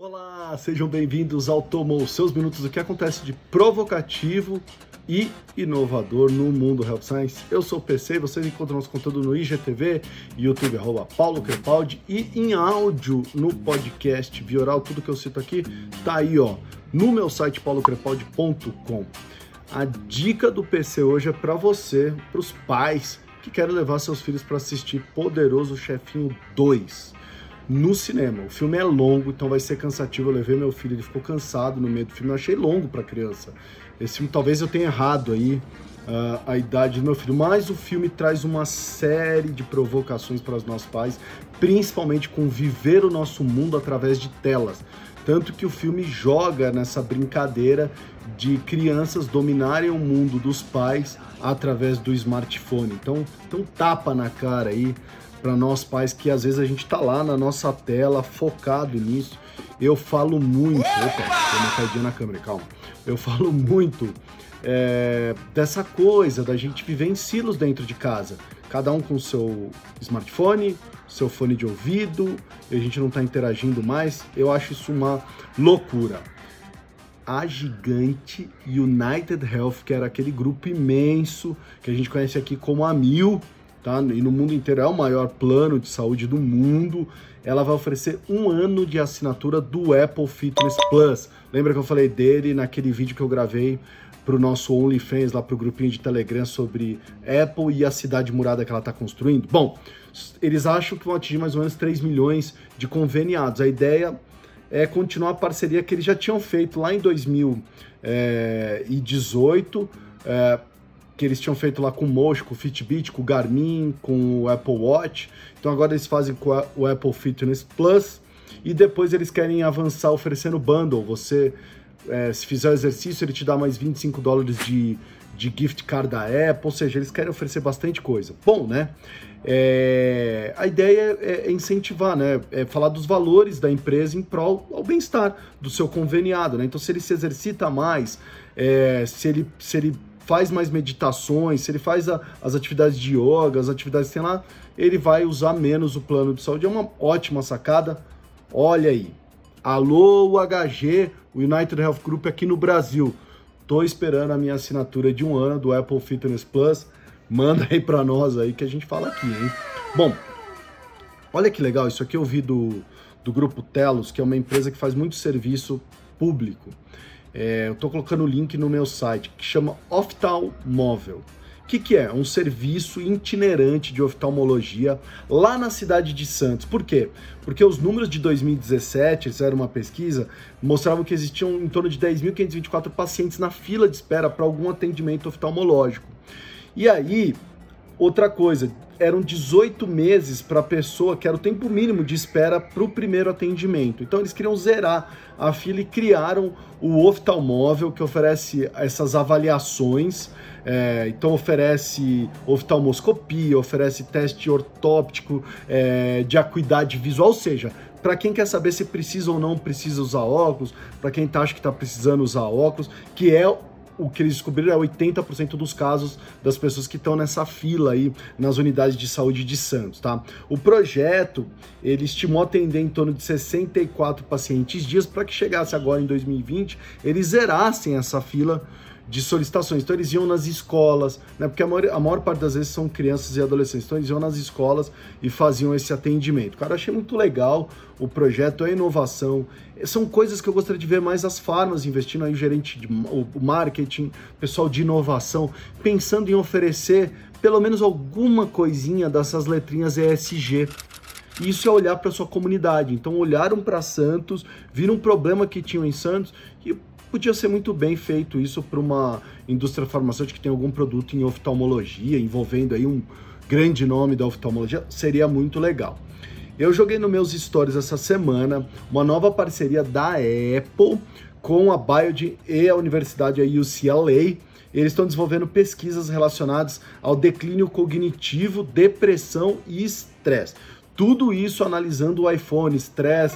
Olá, sejam bem-vindos ao Tomou, seus minutos do que acontece de provocativo e inovador no mundo Health Science. Eu sou o PC, vocês encontram nosso conteúdo no IGTV, YouTube, @Paulo Crepaldi, e em áudio no podcast via oral. Tudo que eu cito aqui tá aí, ó, no meu site paulocrepaldi.com. A dica do PC hoje é para você, para os pais que querem levar seus filhos para assistir Poderoso Chefinho 2. No cinema. O filme é longo, então vai ser cansativo. Eu levei meu filho, ele ficou cansado no meio do filme. Eu achei longo para criança. Esse filme, talvez eu tenha errado aí a idade do meu filho, mas o filme traz uma série de provocações para os nossos pais, principalmente com viver o nosso mundo através de telas. Tanto que o filme joga nessa brincadeira de crianças dominarem o mundo dos pais através do smartphone. Então tapa na cara aí para nós pais, que às vezes a gente tá lá na nossa tela focado nisso. Eu falo muito, tem uma caidinha na câmera, calma. Eu falo muito dessa coisa da gente viver em silos dentro de casa, cada um com o seu smartphone, seu fone de ouvido, e a gente não tá interagindo mais. Eu acho isso uma loucura. A gigante United Health, que era aquele grupo imenso que a gente conhece aqui como Amil, tá? E no mundo inteiro é o maior plano de saúde do mundo, ela vai oferecer 1 ano de assinatura do Apple Fitness Plus. Lembra que eu falei dele naquele vídeo que eu gravei pro nosso OnlyFans, lá pro grupinho de Telegram, sobre Apple e a cidade murada que ela tá construindo? Bom, eles acham que vão atingir mais ou menos 3 milhões de conveniados. A ideia é continuar a parceria que eles já tinham feito lá em 2018, que eles tinham feito lá com o Mocho, com o Fitbit, com o Garmin, com o Apple Watch. Então agora eles fazem com o Apple Fitness Plus, e depois eles querem avançar oferecendo bundle. Você, se fizer o exercício, ele te dá mais $25 de gift card da Apple, ou seja, eles querem oferecer bastante coisa. Bom, né? A ideia é incentivar, né? É falar dos valores da empresa em prol ao bem-estar do seu conveniado, né? Então, se ele se exercita mais, se ele faz mais meditações, se ele faz as atividades de yoga, as atividades que tem lá, ele vai usar menos o plano de saúde. É uma ótima sacada. Olha aí. Alô, UHG, o United Health Group aqui no Brasil. Tô esperando a minha assinatura de 1 ano do Apple Fitness Plus. Manda aí pra nós aí que a gente fala aqui, hein? Bom, olha que legal. Isso aqui eu vi do Grupo Telos, que é uma empresa que faz muito serviço público. Eu tô colocando o link no meu site, que chama Oftalmóvel. O que é? Um serviço itinerante de oftalmologia lá na cidade de Santos. Por quê? Porque os números de 2017, eles fizeram uma pesquisa, mostravam que existiam em torno de 10.524 pacientes na fila de espera para algum atendimento oftalmológico. E aí, outra coisa, eram 18 meses para a pessoa, que era o tempo mínimo de espera para o primeiro atendimento. Então eles queriam zerar a fila e criaram o Oftalmóvel, que oferece essas avaliações. Então oferece oftalmoscopia, oferece teste ortóptico, de acuidade visual, ou seja, para quem quer saber se precisa ou não precisa usar óculos, para quem acha que está precisando usar óculos, que é o que eles descobriram, é 80% dos casos das pessoas que estão nessa fila aí nas unidades de saúde de Santos, tá? O projeto, ele estimou atender em torno de 64 pacientes dias para que chegasse agora em 2020, eles zerassem essa fila de solicitações. Então eles iam nas escolas, né? Porque a maior parte das vezes são crianças e adolescentes, então eles iam nas escolas e faziam esse atendimento. Cara, eu achei muito legal o projeto, a inovação. São coisas que eu gostaria de ver mais as farmas investindo, aí o gerente o marketing, pessoal de inovação, pensando em oferecer pelo menos alguma coisinha dessas letrinhas ESG. Isso é olhar para sua comunidade. Então olharam para Santos, viram um problema que tinham em Santos e podia ser muito bem feito isso para uma indústria farmacêutica que tem algum produto em oftalmologia, envolvendo aí um grande nome da oftalmologia, seria muito legal. Eu joguei nos meus stories essa semana uma nova parceria da Apple com a Biogen e a Universidade UCLA. Eles estão desenvolvendo pesquisas relacionadas ao declínio cognitivo, depressão e estresse. Tudo isso analisando o iPhone, estresse,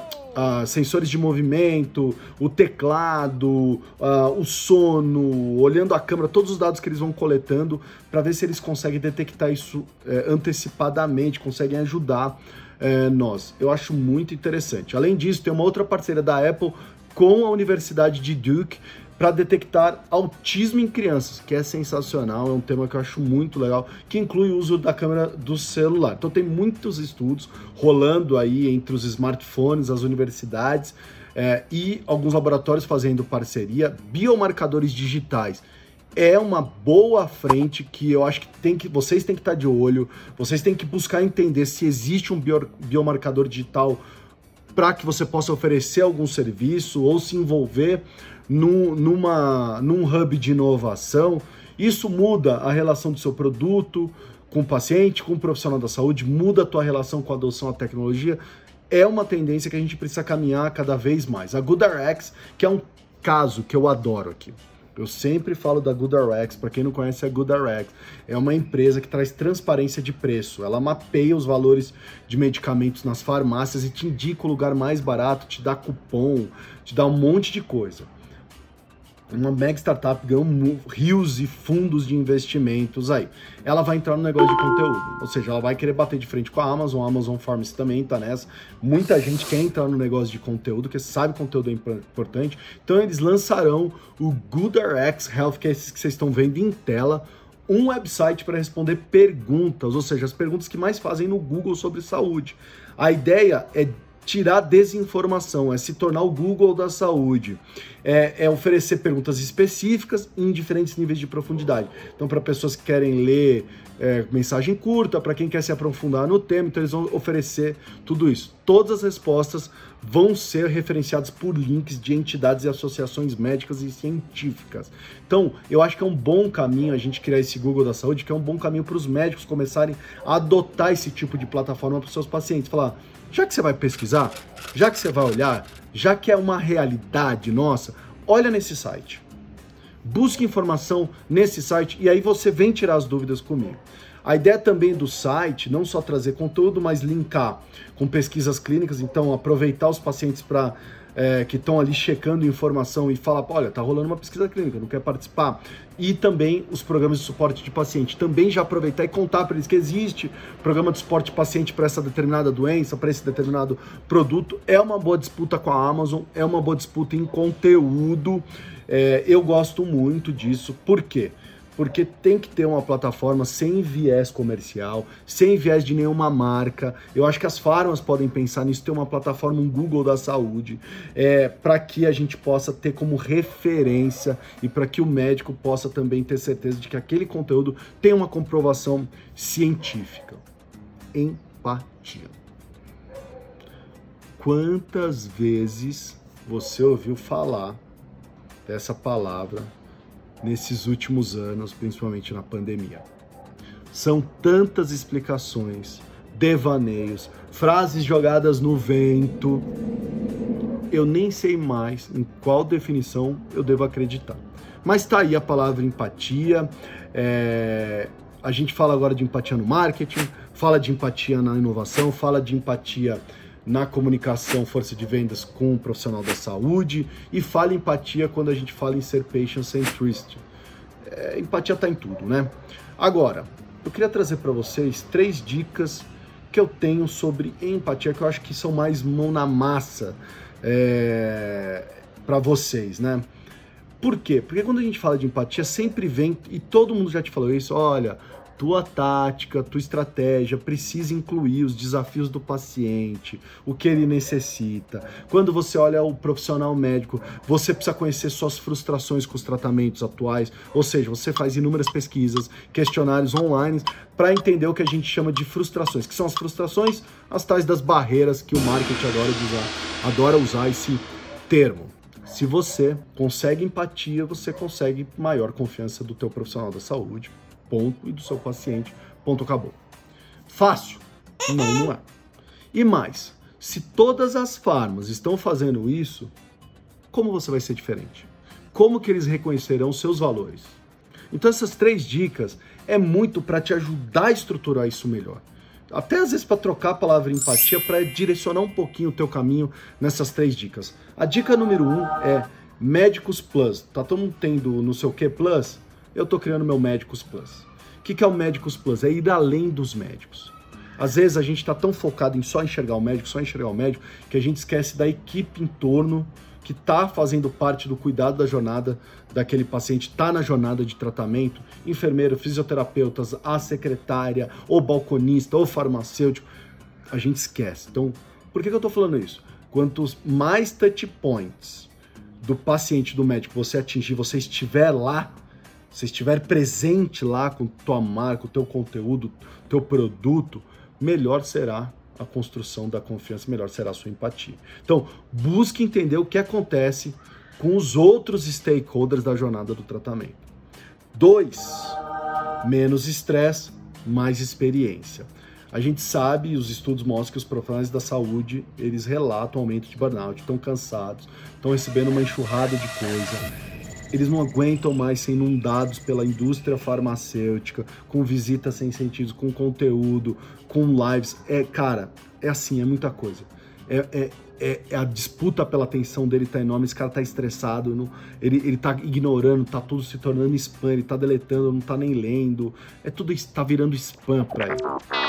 sensores de movimento, o teclado, o sono, olhando a câmera, todos os dados que eles vão coletando para ver se eles conseguem detectar isso antecipadamente, conseguem ajudar nós. Eu acho muito interessante. Além disso, tem uma outra parceria da Apple com a Universidade de Duke para detectar autismo em crianças, que é sensacional, é um tema que eu acho muito legal, que inclui o uso da câmera do celular. Então tem muitos estudos rolando aí entre os smartphones, as universidades e alguns laboratórios fazendo parceria. Biomarcadores digitais é uma boa frente que eu acho que vocês têm que estar de olho, vocês têm que buscar entender se existe um biomarcador digital para que você possa oferecer algum serviço ou se envolver num hub de inovação. Isso muda a relação do seu produto com o paciente, com o profissional da saúde, muda a tua relação com a adoção à tecnologia. É uma tendência que a gente precisa caminhar cada vez mais. A GoodRx, que é um caso que eu adoro aqui. Eu sempre falo da GoodRx, para quem não conhece a GoodRx, é uma empresa que traz transparência de preço. Ela mapeia os valores de medicamentos nas farmácias e te indica o lugar mais barato, te dá cupom, te dá um monte de coisa. Uma mega startup ganhou rios e fundos de investimentos aí. Ela vai entrar no negócio de conteúdo, ou seja, ela vai querer bater de frente com a Amazon Pharmacy também tá nessa. Muita gente quer entrar no negócio de conteúdo, porque sabe que conteúdo é importante. Então eles lançarão o GoodRx Health, que é esse que vocês estão vendo em tela, um website para responder perguntas, ou seja, as perguntas que mais fazem no Google sobre saúde. A ideia é tirar desinformação, é se tornar o Google da saúde, é oferecer perguntas específicas em diferentes níveis de profundidade. Então, para pessoas que querem ler mensagem curta, para quem quer se aprofundar no tema, então eles vão oferecer tudo isso. Todas as respostas vão ser referenciadas por links de entidades e associações médicas e científicas. Então, eu acho que é um bom caminho a gente criar esse Google da saúde, que é um bom caminho para os médicos começarem a adotar esse tipo de plataforma para os seus pacientes. Falar, já que você vai pesquisar, já que você vai olhar, já que é uma realidade nossa, olha nesse site. Busque informação nesse site e aí você vem tirar as dúvidas comigo. A ideia também do site, não só trazer conteúdo, mas linkar com pesquisas clínicas, então aproveitar os pacientes que estão ali checando informação e falar, olha, tá rolando uma pesquisa clínica, não quer participar. E também os programas de suporte de paciente. Também já aproveitar e contar para eles que existe programa de suporte de paciente para essa determinada doença, para esse determinado produto. É uma boa disputa com a Amazon, é uma boa disputa em conteúdo. Eu gosto muito disso. Por quê? Porque tem que ter uma plataforma sem viés comercial, sem viés de nenhuma marca. Eu acho que as farmas podem pensar nisso, ter uma plataforma, um Google da saúde, para que a gente possa ter como referência e para que o médico possa também ter certeza de que aquele conteúdo tem uma comprovação científica. Empatia. Quantas vezes você ouviu falar dessa palavra nesses últimos anos, principalmente na pandemia? São tantas explicações, devaneios, frases jogadas no vento. Eu nem sei mais em qual definição eu devo acreditar. Mas tá aí a palavra empatia. A gente fala agora de empatia no marketing, fala de empatia na inovação, fala de empatia na comunicação, força de vendas com o profissional da saúde, e fala empatia quando a gente fala em ser patient-centricity. Empatia está em tudo, né? Agora, eu queria trazer para vocês 3 dicas que eu tenho sobre empatia, que eu acho que são mais mão na massa para vocês, né? Por quê? Porque quando a gente fala de empatia, sempre vem, e todo mundo já te falou isso, olha, tua tática, tua estratégia precisa incluir os desafios do paciente, o que ele necessita. Quando você olha o profissional médico, você precisa conhecer suas frustrações com os tratamentos atuais, ou seja, você faz inúmeras pesquisas, questionários online para entender o que a gente chama de frustrações, que são as frustrações, as tais das barreiras que o marketing adora usar esse termo. Se você consegue empatia, você consegue maior confiança do teu profissional da saúde, ponto, e do seu paciente, ponto, acabou. Fácil? Não é. E mais, se todas as farmas estão fazendo isso, como você vai ser diferente? Como que eles reconhecerão seus valores? Então essas 3 dicas é muito para te ajudar a estruturar isso melhor. Até às vezes para trocar a palavra empatia, para direcionar um pouquinho o teu caminho nessas 3 dicas. A dica número 1 é Médicos Plus. Tá todo mundo tendo não sei o que Plus? Eu tô criando meu Médicos Plus. O que é o Médicos Plus? É ir além dos médicos. Às vezes a gente está tão focado em só enxergar o médico, que a gente esquece da equipe em torno que está fazendo parte do cuidado da jornada daquele paciente, está na jornada de tratamento, enfermeiro, fisioterapeutas, a secretária, ou balconista, ou farmacêutico, a gente esquece. Então, por que eu estou falando isso? Quantos mais touch points do paciente, do médico você atingir, você estiver lá, você estiver presente lá com tua marca, o teu conteúdo, teu produto, melhor será a construção da confiança, melhor será a sua empatia. Então, busque entender o que acontece com os outros stakeholders da jornada do tratamento. 2, menos estresse, mais experiência. A gente sabe, os estudos mostram que os profissionais da saúde, eles relatam aumento de burnout, estão cansados, estão recebendo uma enxurrada de coisa, eles não aguentam mais ser inundados pela indústria farmacêutica, com visitas sem sentido, com conteúdo, com lives. Cara, é assim, é muita coisa. A disputa pela atenção dele tá enorme, esse cara tá estressado, ele tá ignorando, tá tudo se tornando spam, ele tá deletando, não tá nem lendo, tudo isso tá virando spam pra ele.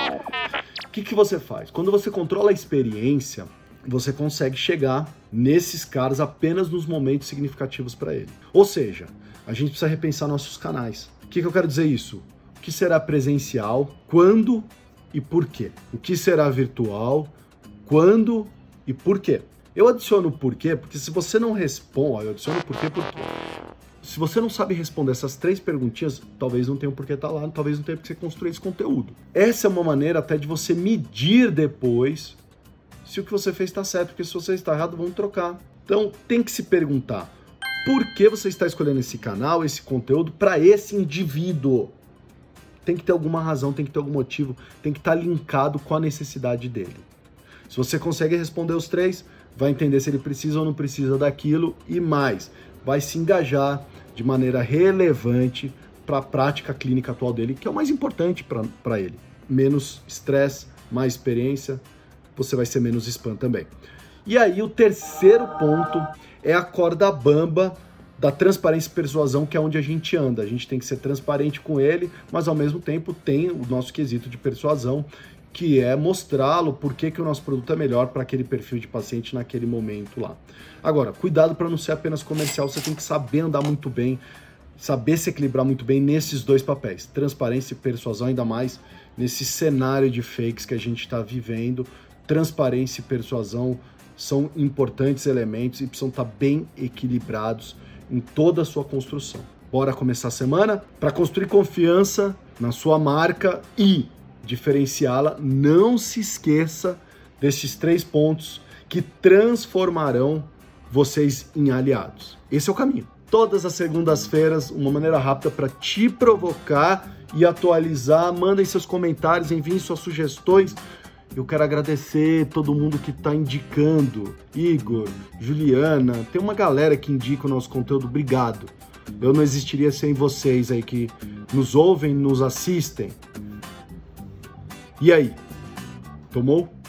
O que você faz? Quando você controla a experiência, você consegue chegar nesses caras apenas nos momentos significativos para ele. Ou seja, a gente precisa repensar nossos canais. O que eu quero dizer isso? O que será presencial, quando e por quê? O que será virtual, quando e por quê? Eu adiciono o porquê, porque se você não responde, eu adiciono o porquê, porque se você não sabe responder essas 3 perguntinhas, talvez não tenha o porquê estar lá, talvez não tenha porque você construir esse conteúdo. Essa é uma maneira até de você medir depois se o que você fez está certo, porque se você está errado, vamos trocar. Então, tem que se perguntar, por que você está escolhendo esse canal, esse conteúdo, para esse indivíduo? Tem que ter alguma razão, tem que ter algum motivo, tem que estar linkado com a necessidade dele. Se você consegue responder os 3, vai entender se ele precisa ou não precisa daquilo e mais, vai se engajar de maneira relevante para a prática clínica atual dele, que é o mais importante para ele. Menos estresse, mais experiência, você vai ser menos spam também. E aí o terceiro ponto é a corda bamba da transparência e persuasão, que é onde a gente anda. A gente tem que ser transparente com ele, mas ao mesmo tempo tem o nosso quesito de persuasão, que é mostrá-lo por que o nosso produto é melhor para aquele perfil de paciente naquele momento lá. Agora, cuidado para não ser apenas comercial, você tem que saber andar muito bem, saber se equilibrar muito bem nesses 2 papéis, transparência e persuasão, ainda mais nesse cenário de fakes que a gente está vivendo. Transparência e persuasão são importantes elementos e precisam estar bem equilibrados em toda a sua construção. Bora começar a semana? Para construir confiança na sua marca e diferenciá-la, não se esqueça destes 3 pontos que transformarão vocês em aliados. Esse é o caminho. Todas as segundas-feiras, uma maneira rápida para te provocar e atualizar. Mandem seus comentários, enviem suas sugestões. Eu quero agradecer todo mundo que está indicando. Igor, Juliana, tem uma galera que indica o nosso conteúdo. Obrigado. Eu não existiria sem vocês aí que nos ouvem, nos assistem. E aí? Tomou?